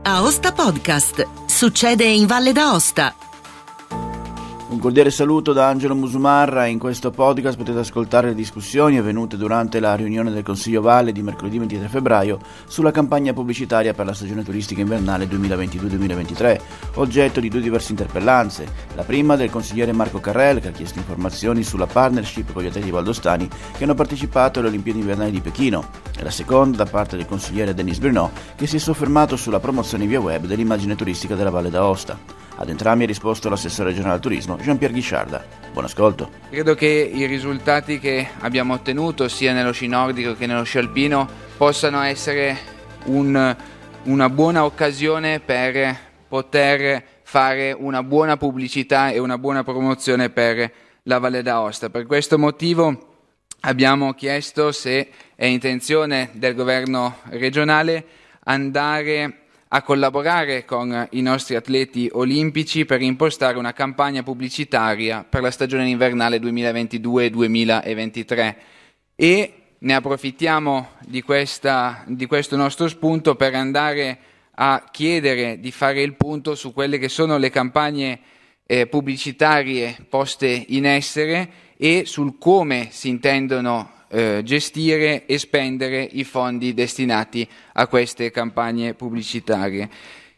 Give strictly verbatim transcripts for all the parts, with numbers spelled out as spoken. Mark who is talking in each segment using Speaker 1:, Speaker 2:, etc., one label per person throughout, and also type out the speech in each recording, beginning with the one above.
Speaker 1: Aosta Podcast. Succede in Valle d'Aosta.
Speaker 2: Un cordiale saluto da Angelo Musumarra. In questo podcast potete ascoltare le discussioni avvenute durante la riunione del Consiglio Valle di mercoledì ventitré febbraio sulla campagna pubblicitaria per la stagione turistica invernale duemilaventidue duemilaventitré, oggetto di due diverse interpellanze. La prima del consigliere Marco Carrel, che ha chiesto informazioni sulla partnership con gli atleti valdostani che hanno partecipato alle Olimpiadi invernali di Pechino, e la seconda da parte del consigliere Denis Bruno, che si è soffermato sulla promozione via web dell'immagine turistica della Valle d'Aosta. Ad entrambi ha risposto l'assessore regionale al turismo Jean-Pierre Ghisciarda. Buon ascolto.
Speaker 3: Credo che i risultati che abbiamo ottenuto sia nello sci nordico che nello sci alpino possano essere un, una buona occasione per poter fare una buona pubblicità e una buona promozione per la Valle d'Aosta. Per questo motivo abbiamo chiesto se è intenzione del governo regionale andare a collaborare con i nostri atleti olimpici per impostare una campagna pubblicitaria per la stagione invernale duemilaventidue duemilaventitré, e ne approfittiamo di, questa, di questo nostro spunto per andare a chiedere di fare il punto su quelle che sono le campagne eh, pubblicitarie poste in essere e sul come si intendono Eh, gestire e spendere i fondi destinati a queste campagne pubblicitarie,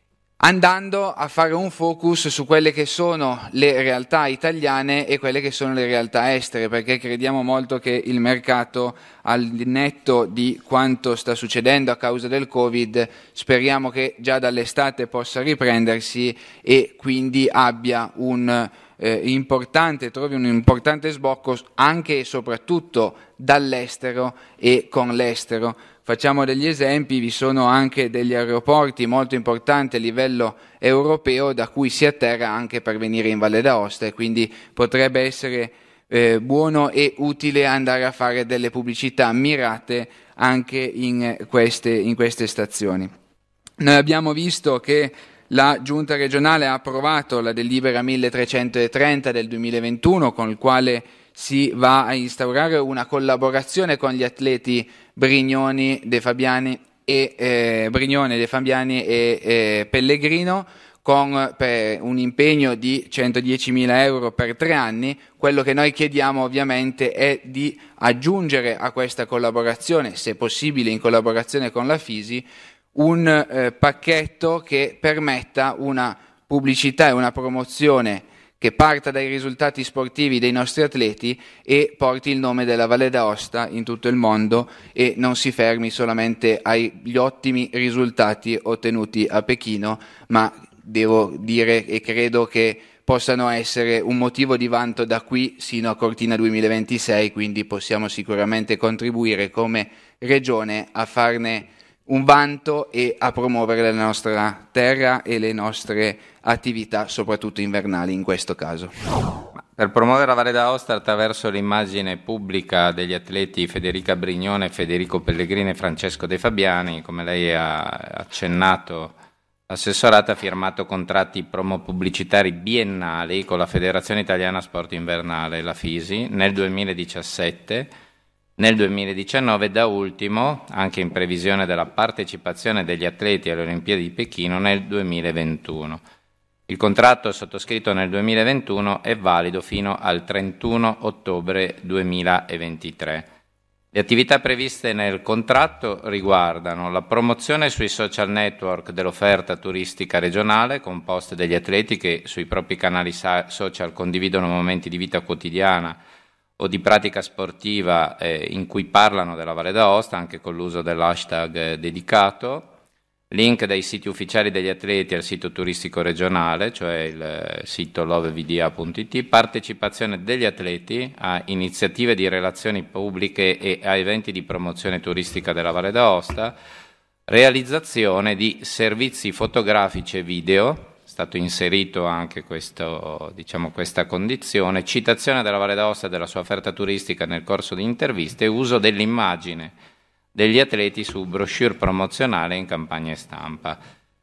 Speaker 3: andando a fare un focus su quelle che sono le realtà italiane e quelle che sono le realtà estere, perché crediamo molto che il mercato, al netto di quanto sta succedendo a causa del Covid, speriamo che già dall'estate possa riprendersi e quindi abbia un Eh, importante, trovi un importante sbocco anche e soprattutto dall'estero e con l'estero. Facciamo degli esempi: vi sono anche degli aeroporti molto importanti a livello europeo da cui si atterra anche per venire in Valle d'Aosta, e quindi potrebbe essere eh, buono e utile andare a fare delle pubblicità mirate anche in queste, in queste stazioni. Noi abbiamo visto che la Giunta regionale ha approvato la delibera milletrecentotrenta del duemilaventuno, con il quale si va a instaurare una collaborazione con gli atleti Brignoni, De Fabiani e eh, Brignone, De Fabiani e eh, Pellegrino, con per un impegno di centodiecimila euro per tre anni. Quello che noi chiediamo ovviamente è di aggiungere a questa collaborazione, se possibile in collaborazione con la Fisi, un eh, pacchetto che permetta una pubblicità e una promozione che parta dai risultati sportivi dei nostri atleti e porti il nome della Valle d'Aosta in tutto il mondo e non si fermi solamente agli ottimi risultati ottenuti a Pechino, ma devo dire e credo che possano essere un motivo di vanto da qui sino a Cortina duemilaventisei, quindi possiamo sicuramente contribuire come regione a farne un vanto e a promuovere la nostra terra e le nostre attività, soprattutto invernali in questo caso.
Speaker 4: Per promuovere la Valle d'Aosta attraverso l'immagine pubblica degli atleti Federica Brignone, Federico Pellegrini e Francesco De Fabiani, come lei ha accennato, l'assessorato ha firmato contratti promo pubblicitari biennali con la Federazione Italiana Sport Invernale, la Fisi, nel duemiladiciassette, nel duemiladiciannove e da ultimo, anche in previsione della partecipazione degli atleti alle Olimpiadi di Pechino, nel duemilaventuno. Il contratto sottoscritto nel duemilaventuno è valido fino al trentuno ottobre duemilaventitré. Le attività previste nel contratto riguardano la promozione sui social network dell'offerta turistica regionale, composte dagli atleti che sui propri canali social condividono momenti di vita quotidiana o di pratica sportiva eh, in cui parlano della Valle d'Aosta, anche con l'uso dell'hashtag eh, dedicato, link dai siti ufficiali degli atleti al sito turistico regionale, cioè il eh, sito love v d a punto i t, partecipazione degli atleti a iniziative di relazioni pubbliche e a eventi di promozione turistica della Valle d'Aosta, realizzazione di servizi fotografici e video, è stato inserito anche questo, diciamo, questa condizione, citazione della Valle d'Aosta e della sua offerta turistica nel corso di interviste e uso dell'immagine degli atleti su brochure promozionali in campagne stampa.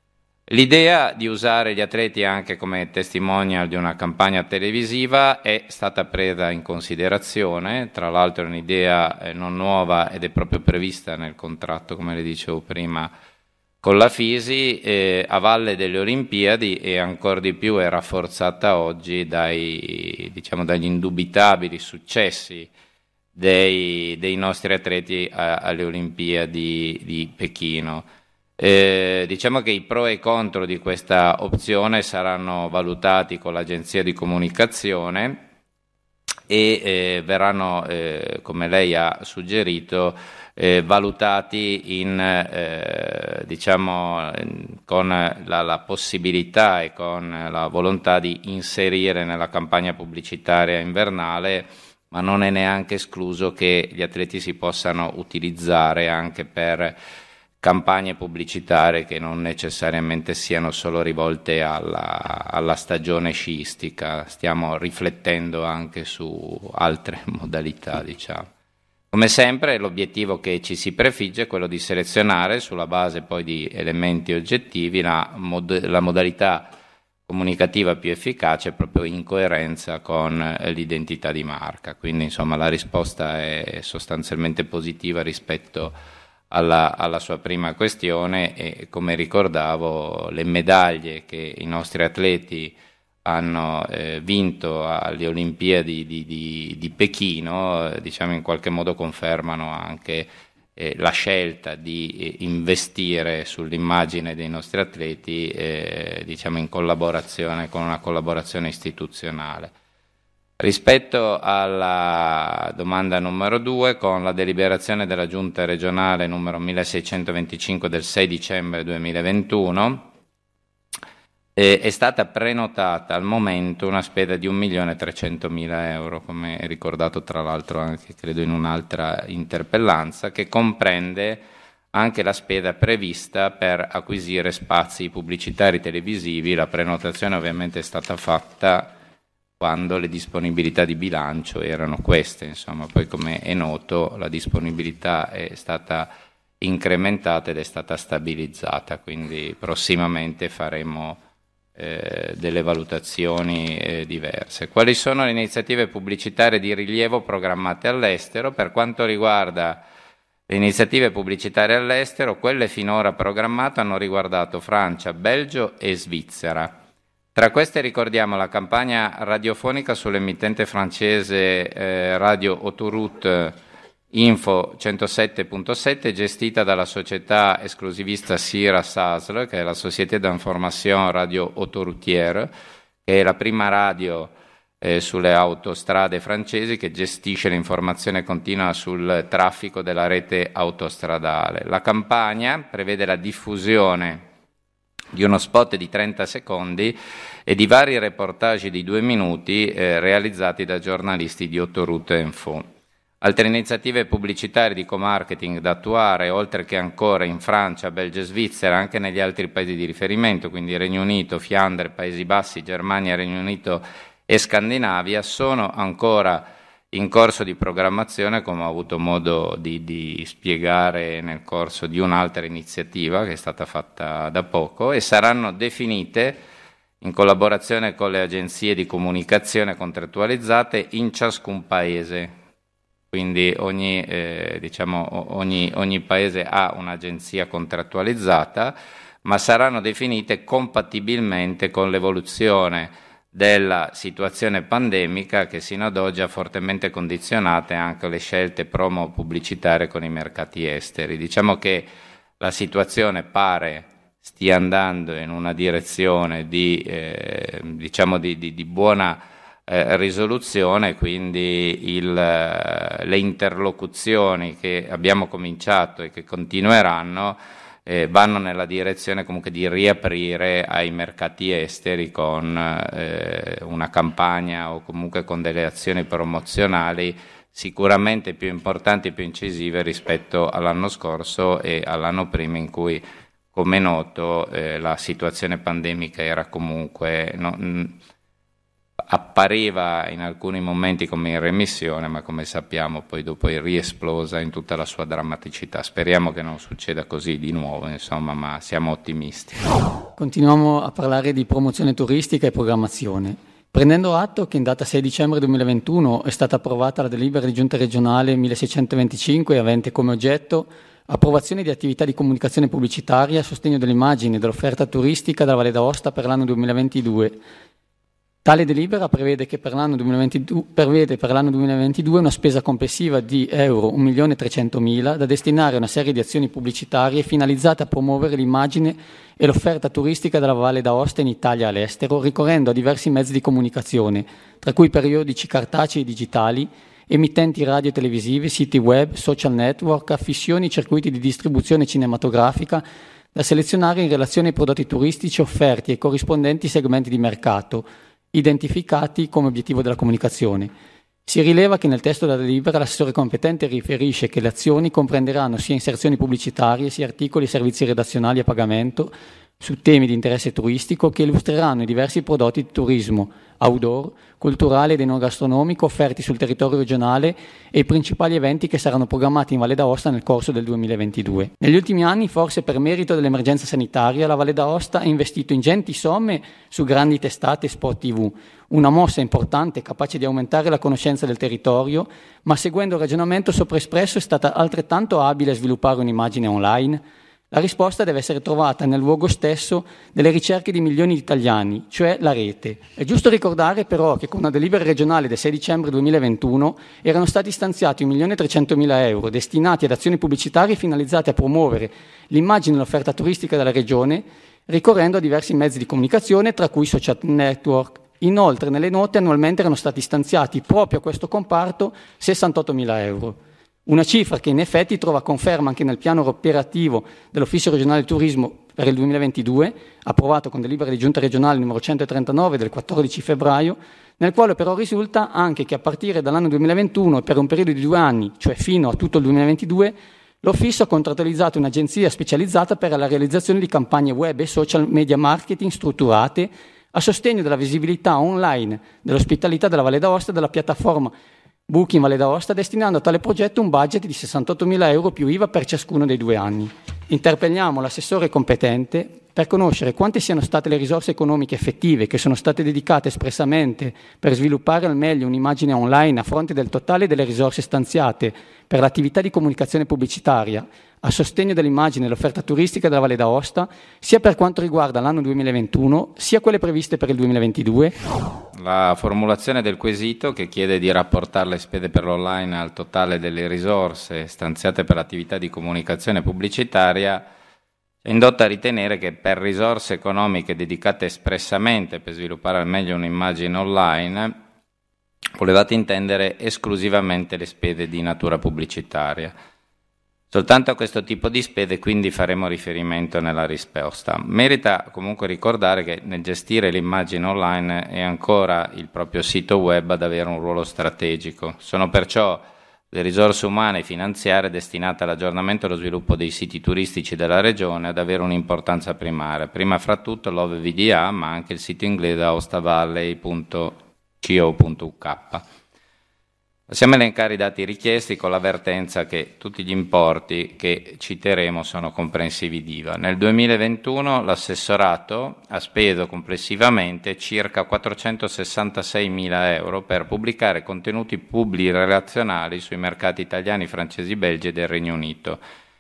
Speaker 4: L'idea di usare gli atleti anche come testimonial di una campagna televisiva è stata presa in considerazione, tra l'altro è un'idea non nuova ed è proprio prevista nel contratto, come le dicevo prima, con la Fisi eh, a valle delle Olimpiadi, e ancora di più è rafforzata oggi dai, diciamo, dagli indubitabili successi dei, dei nostri atleti a, alle Olimpiadi di Pechino. Eh, diciamo che i pro e i contro di questa opzione saranno valutati con l'agenzia di comunicazione e eh, verranno, eh, come lei ha suggerito, eh, valutati in, eh, diciamo, con la, la possibilità e con la volontà di inserire nella campagna pubblicitaria invernale, ma non è neanche escluso che gli atleti si possano utilizzare anche per campagne pubblicitarie che non necessariamente siano solo rivolte alla, alla stagione sciistica. Stiamo riflettendo anche su altre modalità, diciamo. Come sempre l'obiettivo che ci si prefigge è quello di selezionare, sulla base poi di elementi oggettivi, la, mod- la modalità comunicativa più efficace, proprio in coerenza con l'identità di marca. Quindi insomma la risposta è sostanzialmente positiva rispetto alla, alla sua prima questione, e come ricordavo le medaglie che i nostri atleti hanno eh, vinto alle Olimpiadi di, di, di Pechino, eh, diciamo in qualche modo confermano anche eh, la scelta di eh, investire sull'immagine dei nostri atleti, eh, diciamo in collaborazione con una collaborazione istituzionale. Rispetto alla domanda numero due, con la deliberazione della Giunta regionale numero milleseicentoventicinque del sei dicembre duemilaventuno, Eh, è stata prenotata al momento una spesa di un milione trecentomila euro, come è ricordato tra l'altro anche credo in un'altra interpellanza, che comprende anche la spesa prevista per acquisire spazi pubblicitari televisivi. La prenotazione ovviamente è stata fatta quando le disponibilità di bilancio erano queste, insomma, poi come è noto la disponibilità è stata incrementata ed è stata stabilizzata, quindi prossimamente faremo Eh, delle valutazioni eh, diverse. Quali sono le iniziative pubblicitarie di rilievo programmate all'estero? Per quanto riguarda le iniziative pubblicitarie all'estero, quelle finora programmate hanno riguardato Francia, Belgio e Svizzera. Tra queste ricordiamo la campagna radiofonica sull'emittente francese eh, Radio Autoroute Info centosette punto sette, gestita dalla società esclusivista Sira S A S L, che è la Société d'Information Radio Autoroutière, che è la prima radio eh, sulle autostrade francesi che gestisce l'informazione continua sul traffico della rete autostradale. La campagna prevede la diffusione di uno spot di trenta secondi e di vari reportage di due minuti eh, realizzati da giornalisti di Autoroute Info. Altre iniziative pubblicitarie di co-marketing da attuare, oltre che ancora in Francia, Belgio e Svizzera, anche negli altri paesi di riferimento, quindi Regno Unito, Fiandre, Paesi Bassi, Germania, Regno Unito e Scandinavia, sono ancora in corso di programmazione, come ho avuto modo di, di spiegare nel corso di un'altra iniziativa che è stata fatta da poco, e saranno definite in collaborazione con le agenzie di comunicazione contrattualizzate in ciascun paese. Quindi ogni, eh, diciamo, ogni, ogni paese ha un'agenzia contrattualizzata, ma saranno definite compatibilmente con l'evoluzione della situazione pandemica, che sino ad oggi ha fortemente condizionato anche le scelte promo pubblicitarie con i mercati esteri. Diciamo che la situazione pare stia andando in una direzione di, eh, diciamo di, di, di buona Eh, risoluzione, quindi il, le interlocuzioni che abbiamo cominciato e che continueranno eh, vanno nella direzione comunque di riaprire ai mercati esteri con eh, una campagna o comunque con delle azioni promozionali sicuramente più importanti e più incisive rispetto all'anno scorso e all'anno prima, in cui, come è noto, eh, la situazione pandemica era comunque no, mh, appariva in alcuni momenti come in remissione, ma come sappiamo poi dopo è riesplosa in tutta la sua drammaticità. Speriamo che non succeda così di nuovo, insomma, ma siamo ottimisti.
Speaker 5: Continuiamo a parlare di promozione turistica e programmazione. Prendendo atto che in data sei dicembre duemilaventuno è stata approvata la delibera di giunta regionale milleseicentoventicinque, avente come oggetto approvazione di attività di comunicazione pubblicitaria a sostegno dell'immagine e dell'offerta turistica della Valle d'Aosta per l'anno duemilaventidue. Tale delibera prevede, che per l'anno duemilaventidue, prevede per l'anno duemilaventidue una spesa complessiva di euro un milione trecentomila da destinare a una serie di azioni pubblicitarie finalizzate a promuovere l'immagine e l'offerta turistica della Valle d'Aosta in Italia e all'estero, ricorrendo a diversi mezzi di comunicazione, tra cui periodici cartacei e digitali, emittenti radio e televisivi, siti web, social network, affissioni e circuiti di distribuzione cinematografica da selezionare in relazione ai prodotti turistici offerti ai corrispondenti segmenti di mercato, identificati come obiettivo della comunicazione. Si rileva che nel testo della delibera l'assessore competente riferisce che le azioni comprenderanno sia inserzioni pubblicitarie, sia articoli e servizi redazionali a pagamento su temi di interesse turistico che illustreranno i diversi prodotti di turismo, outdoor, culturale ed enogastronomico offerti sul territorio regionale e i principali eventi che saranno programmati in Valle d'Aosta nel corso del duemilaventidue. Negli ultimi anni, forse per merito dell'emergenza sanitaria, la Valle d'Aosta ha investito ingenti somme su grandi testate e spot tivù, una mossa importante capace di aumentare la conoscenza del territorio, ma seguendo il ragionamento sopraespresso è stata altrettanto abile a sviluppare un'immagine online? La risposta deve essere trovata nel luogo stesso delle ricerche di milioni di italiani, cioè la rete. È giusto ricordare però che con una delibera regionale del sei dicembre duemilaventuno erano stati stanziati un milione trecentomila euro destinati ad azioni pubblicitarie finalizzate a promuovere l'immagine e l'offerta turistica della regione, ricorrendo a diversi mezzi di comunicazione, tra cui social network. Inoltre, nelle note annualmente erano stati stanziati proprio a questo comparto sessantottomila euro. Una cifra che in effetti trova conferma anche nel piano operativo dell'Ufficio regionale del turismo per il duemilaventidue, approvato con delibera di giunta regionale numero centotrentanove del quattordici febbraio, nel quale però risulta anche che a partire dall'anno duemilaventuno e per un periodo di due anni, cioè fino a tutto il duemilaventidue, l'Ufficio ha contrattualizzato un'agenzia specializzata per la realizzazione di campagne web e social media marketing strutturate a sostegno della visibilità online dell'ospitalità della Valle d'Aosta e della piattaforma Booking Valle d'Aosta, destinando a tale progetto un budget di sessantottomila euro più I V A per ciascuno dei due anni. Interpelliamo l'assessore competente per conoscere quante siano state le risorse economiche effettive che sono state dedicate espressamente per sviluppare al meglio un'immagine online a fronte del totale delle risorse stanziate per l'attività di comunicazione pubblicitaria a sostegno dell'immagine e dell'offerta turistica della Valle d'Aosta, sia per quanto riguarda l'anno duemilaventuno, sia quelle previste per il duemilaventidue.
Speaker 4: La formulazione del quesito, che chiede di rapportare le spese per l'online al totale delle risorse stanziate per l'attività di comunicazione pubblicitaria, è indotta a ritenere che per risorse economiche dedicate espressamente per sviluppare al meglio un'immagine online, volevate intendere esclusivamente le spese di natura pubblicitaria. Soltanto a questo tipo di spese quindi faremo riferimento nella risposta. Merita comunque ricordare che nel gestire l'immagine online è ancora il proprio sito web ad avere un ruolo strategico. Sono perciò le risorse umane e finanziarie destinate all'aggiornamento e allo sviluppo dei siti turistici della regione ad avere un'importanza primaria. Prima fra tutto l'O V D A, ma anche il sito inglese aostavalley punto co punto u k. Passiamo a elencare i dati richiesti con l'avvertenza che tutti gli importi che citeremo sono comprensivi di I V A. Nel duemilaventuno l'assessorato ha speso complessivamente circa quattrocentosessantaseimila euro per pubblicare contenuti pubblici relazionali sui mercati italiani, francesi, belgi e del Regno Unito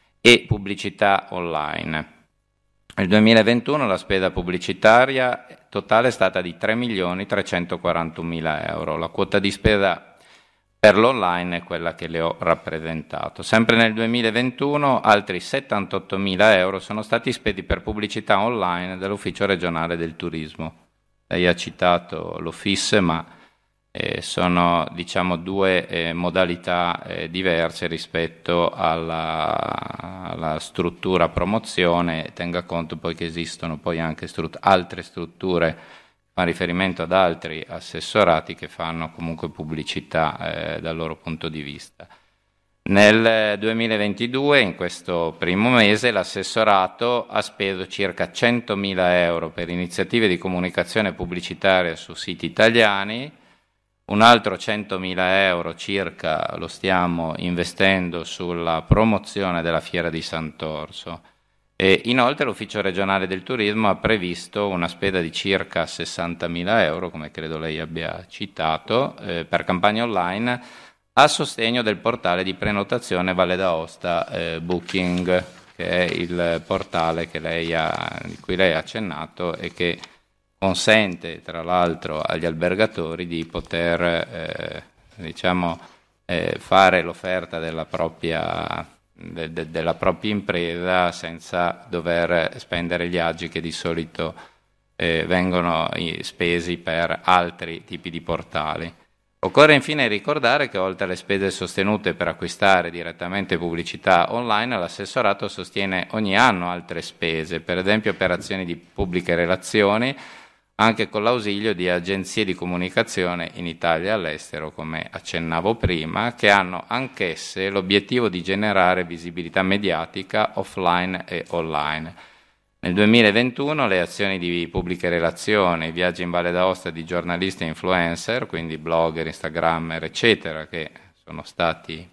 Speaker 4: e pubblicità online. Nel duemilaventuno la spesa pubblicitaria totale è stata di tre milioni trecentoquarantunomila euro. La quota di spesa per l'online è quella che le ho rappresentato. Sempre nel duemilaventuno altri settantottomila euro sono stati spesi per pubblicità online dell'Ufficio regionale del turismo. Lei ha citato l'O F I S, ma eh, sono diciamo due eh, modalità eh, diverse rispetto alla, alla struttura promozione. Tenga conto poi che esistono poi anche strut- altre strutture, fa riferimento ad altri assessorati che fanno comunque pubblicità eh, dal loro punto di vista. Nel duemilaventidue, in questo primo mese, l'assessorato ha speso circa centomila euro per iniziative di comunicazione pubblicitaria su siti italiani, un altro centomila euro circa lo stiamo investendo sulla promozione della Fiera di Sant'Orso. E inoltre l'Ufficio regionale del turismo ha previsto una spesa di circa sessantamila euro, come credo lei abbia citato, eh, per campagne online a sostegno del portale di prenotazione Valle d'Aosta eh, Booking, che è il portale che lei ha, di cui lei ha accennato e che consente tra l'altro agli albergatori di poter eh, diciamo, eh, fare l'offerta della propria, de, de, della propria impresa senza dover spendere gli agi che di solito eh, vengono spesi per altri tipi di portali. Occorre infine ricordare che oltre alle spese sostenute per acquistare direttamente pubblicità online, l'assessorato sostiene ogni anno altre spese, per esempio operazioni di pubbliche relazioni, anche con l'ausilio di agenzie di comunicazione in Italia e all'estero, come accennavo prima, che hanno anch'esse l'obiettivo di generare visibilità mediatica offline e online. Nel duemilaventuno le azioni di pubbliche relazioni, i viaggi in Valle d'Aosta di giornalisti e influencer, quindi blogger, instagrammer, eccetera, che sono stati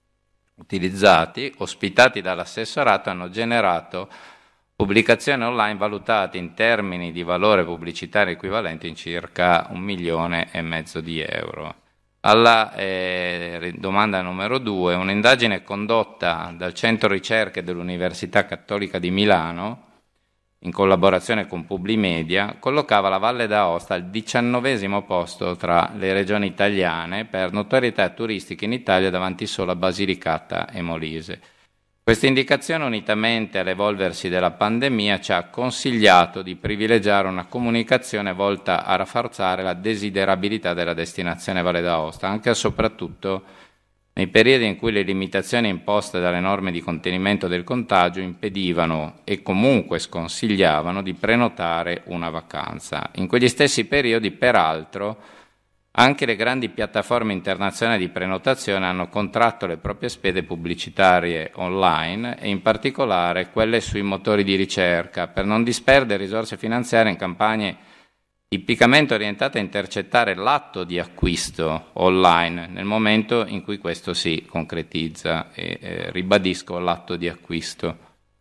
Speaker 4: utilizzati, ospitati dall'assessorato, hanno generato pubblicazioni online valutate in termini di valore pubblicitario equivalente in circa un milione e mezzo di euro. Alla eh, domanda numero due, un'indagine condotta dal Centro Ricerche dell'Università Cattolica di Milano, in collaborazione con Publimedia, collocava la Valle d'Aosta al diciannovesimo posto tra le regioni italiane per notorietà turistica in Italia, davanti solo a Basilicata e Molise. Questa indicazione, unitamente all'evolversi della pandemia, ci ha consigliato di privilegiare una comunicazione volta a rafforzare la desiderabilità della destinazione Valle d'Aosta, anche e soprattutto nei periodi in cui le limitazioni imposte dalle norme di contenimento del contagio impedivano e comunque sconsigliavano di prenotare una vacanza. In quegli stessi periodi, peraltro, anche le grandi piattaforme internazionali di prenotazione hanno contratto le proprie spese pubblicitarie online e in particolare quelle sui motori di ricerca, per non disperdere risorse finanziarie in campagne tipicamente orientate a intercettare l'atto di acquisto online nel momento in cui questo si concretizza, e eh, ribadisco l'atto di acquisto.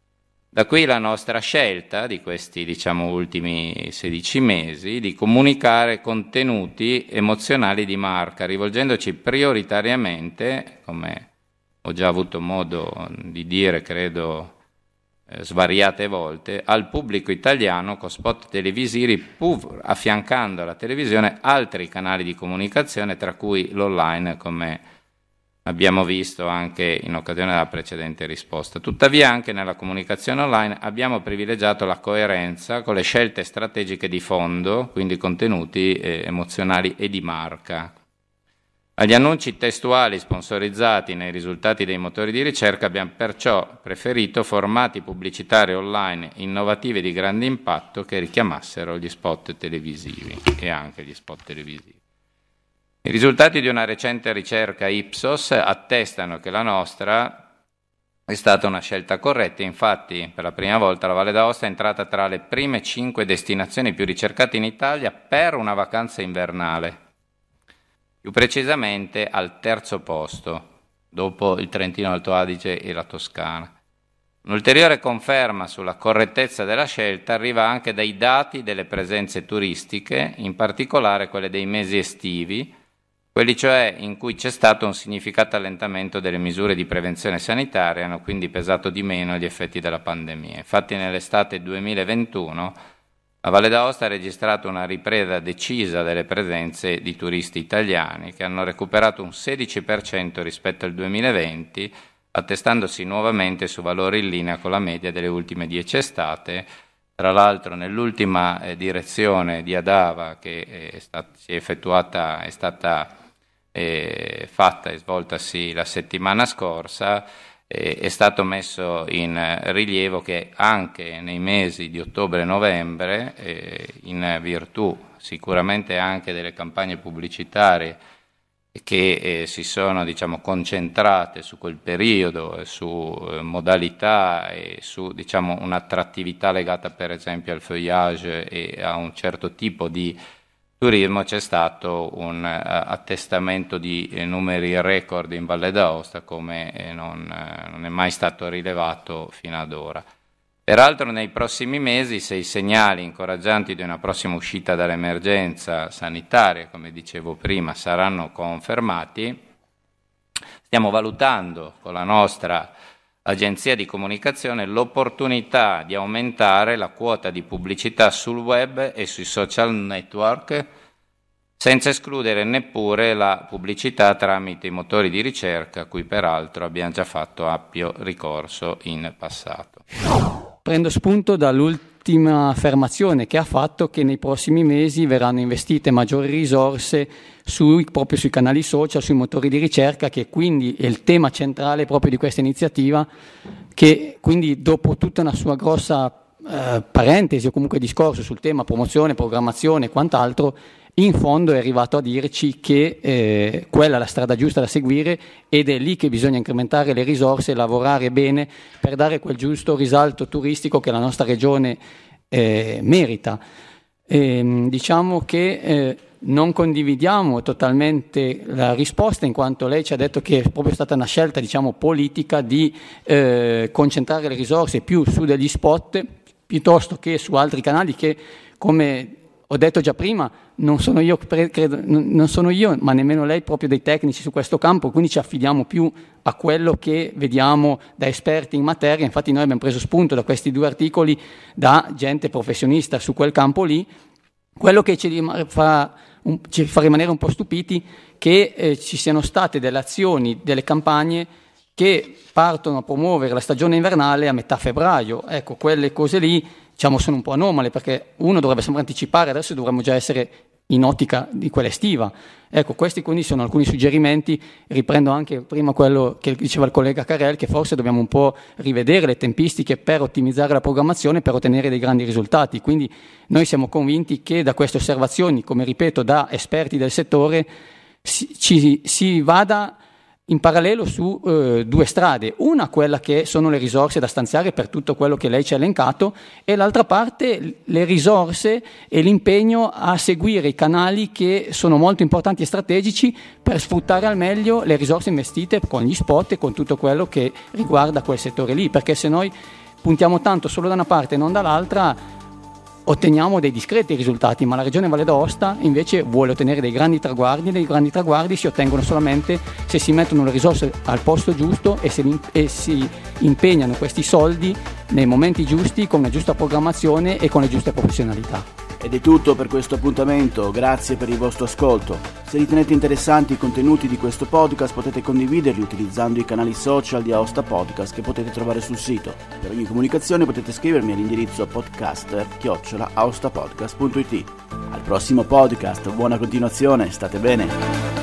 Speaker 4: Da qui la nostra scelta di questi, diciamo, ultimi sedici mesi di comunicare contenuti emozionali di marca, rivolgendoci prioritariamente, come ho già avuto modo di dire, credo, svariate volte, al pubblico italiano con spot televisivi, pur affiancando alla televisione altri canali di comunicazione, tra cui l'online, come abbiamo visto anche in occasione della precedente risposta. Tuttavia anche nella comunicazione online abbiamo privilegiato la coerenza con le scelte strategiche di fondo, quindi contenuti eh, emozionali e di marca. Agli annunci testuali sponsorizzati nei risultati dei motori di ricerca abbiamo perciò preferito formati pubblicitari online innovativi e di grande impatto che richiamassero gli spot televisivi e anche gli spot televisivi. I risultati di una recente ricerca Ipsos attestano che la nostra è stata una scelta corretta, infatti per la prima volta la Valle d'Aosta è entrata tra le prime cinque destinazioni più ricercate in Italia per una vacanza invernale. Più precisamente al terzo posto, dopo il Trentino Alto Adige e la Toscana. Un'ulteriore conferma sulla correttezza della scelta arriva anche dai dati delle presenze turistiche, in particolare quelle dei mesi estivi, quelli cioè in cui c'è stato un significativo allentamento delle misure di prevenzione sanitaria e hanno quindi pesato di meno gli effetti della pandemia. Infatti nell'estate duemilaventuno la Valle d'Aosta ha registrato una ripresa decisa delle presenze di turisti italiani che hanno recuperato un sedici per cento rispetto al duemilaventi, attestandosi nuovamente su valori in linea con la media delle ultime dieci estate. Tra l'altro nell'ultima eh, direzione di Adava che è, stat- si è effettuata, è stata eh, fatta e svoltasi la settimana scorsa, è stato messo in rilievo che anche nei mesi di ottobre e novembre, eh, in virtù sicuramente anche delle campagne pubblicitarie che eh, si sono, diciamo, concentrate su quel periodo, su eh, modalità e su, diciamo, un'attrattività legata per esempio al feuillage e a un certo tipo di turismo, c'è stato un uh, attestamento di eh, numeri record in Valle d'Aosta come eh, non, eh, non è mai stato rilevato fino ad ora. Peraltro nei prossimi mesi, se i segnali incoraggianti di una prossima uscita dall'emergenza sanitaria, come dicevo prima, saranno confermati, stiamo valutando con la nostra agenzia di comunicazione l'opportunità di aumentare la quota di pubblicità sul web e sui social network, senza escludere neppure la pubblicità tramite i motori di ricerca, a cui peraltro abbiamo già fatto ampio ricorso in passato.
Speaker 5: Prendo spunto dall'ultima affermazione che ha fatto, che nei prossimi mesi verranno investite maggiori risorse sui, proprio sui canali social, sui motori di ricerca, che quindi è il tema centrale proprio di questa iniziativa, che quindi dopo tutta una sua grossa eh, parentesi o comunque discorso sul tema promozione, programmazione e quant'altro, in fondo è arrivato a dirci che eh, quella è la strada giusta da seguire ed è lì che bisogna incrementare le risorse e lavorare bene per dare quel giusto risalto turistico che la nostra regione eh, merita. E, diciamo che eh, non condividiamo totalmente la risposta, in quanto lei ci ha detto che è proprio stata una scelta, diciamo, politica di eh, concentrare le risorse più su degli spot piuttosto che su altri canali che, come ho detto già prima, non sono io, credo, non sono io, ma nemmeno lei proprio dei tecnici su questo campo, quindi ci affidiamo più a quello che vediamo da esperti in materia. Infatti noi abbiamo preso spunto da questi due articoli da gente professionista su quel campo lì. Quello che ci fa, un, ci fa rimanere un po' stupiti che eh, ci siano state delle azioni, delle campagne che partono a promuovere la stagione invernale a metà febbraio. Ecco, quelle cose lì, diciamo, sono un po' anomale, perché uno dovrebbe sempre anticipare, adesso dovremmo già essere in ottica di quella estiva. Ecco, questi quindi sono alcuni suggerimenti. Riprendo anche prima quello che diceva il collega Carel, che forse dobbiamo un po' rivedere le tempistiche per ottimizzare la programmazione, per ottenere dei grandi risultati. Quindi noi siamo convinti che da queste osservazioni, come ripeto, da esperti del settore, si, ci, si vada in parallelo su eh, due strade: una, quella che sono le risorse da stanziare per tutto quello che lei ci ha elencato, e l'altra parte le risorse e l'impegno a seguire i canali che sono molto importanti e strategici per sfruttare al meglio le risorse investite con gli spot e con tutto quello che riguarda quel settore lì, perché se noi puntiamo tanto solo da una parte e non dall'altra otteniamo dei discreti risultati, ma la Regione Valle d'Aosta invece vuole ottenere dei grandi traguardi, e dei grandi traguardi si ottengono solamente se si mettono le risorse al posto giusto e, se, e si impegnano questi soldi nei momenti giusti, con una giusta programmazione e con le giuste professionalità.
Speaker 2: Ed è tutto per questo appuntamento, grazie per il vostro ascolto. Se ritenete interessanti i contenuti di questo podcast, potete condividerli utilizzando i canali social di Aosta Podcast che potete trovare sul sito. Per ogni comunicazione potete scrivermi all'indirizzo podcaster chiocciola aostapodcast punto it. Al prossimo podcast, buona continuazione, state bene!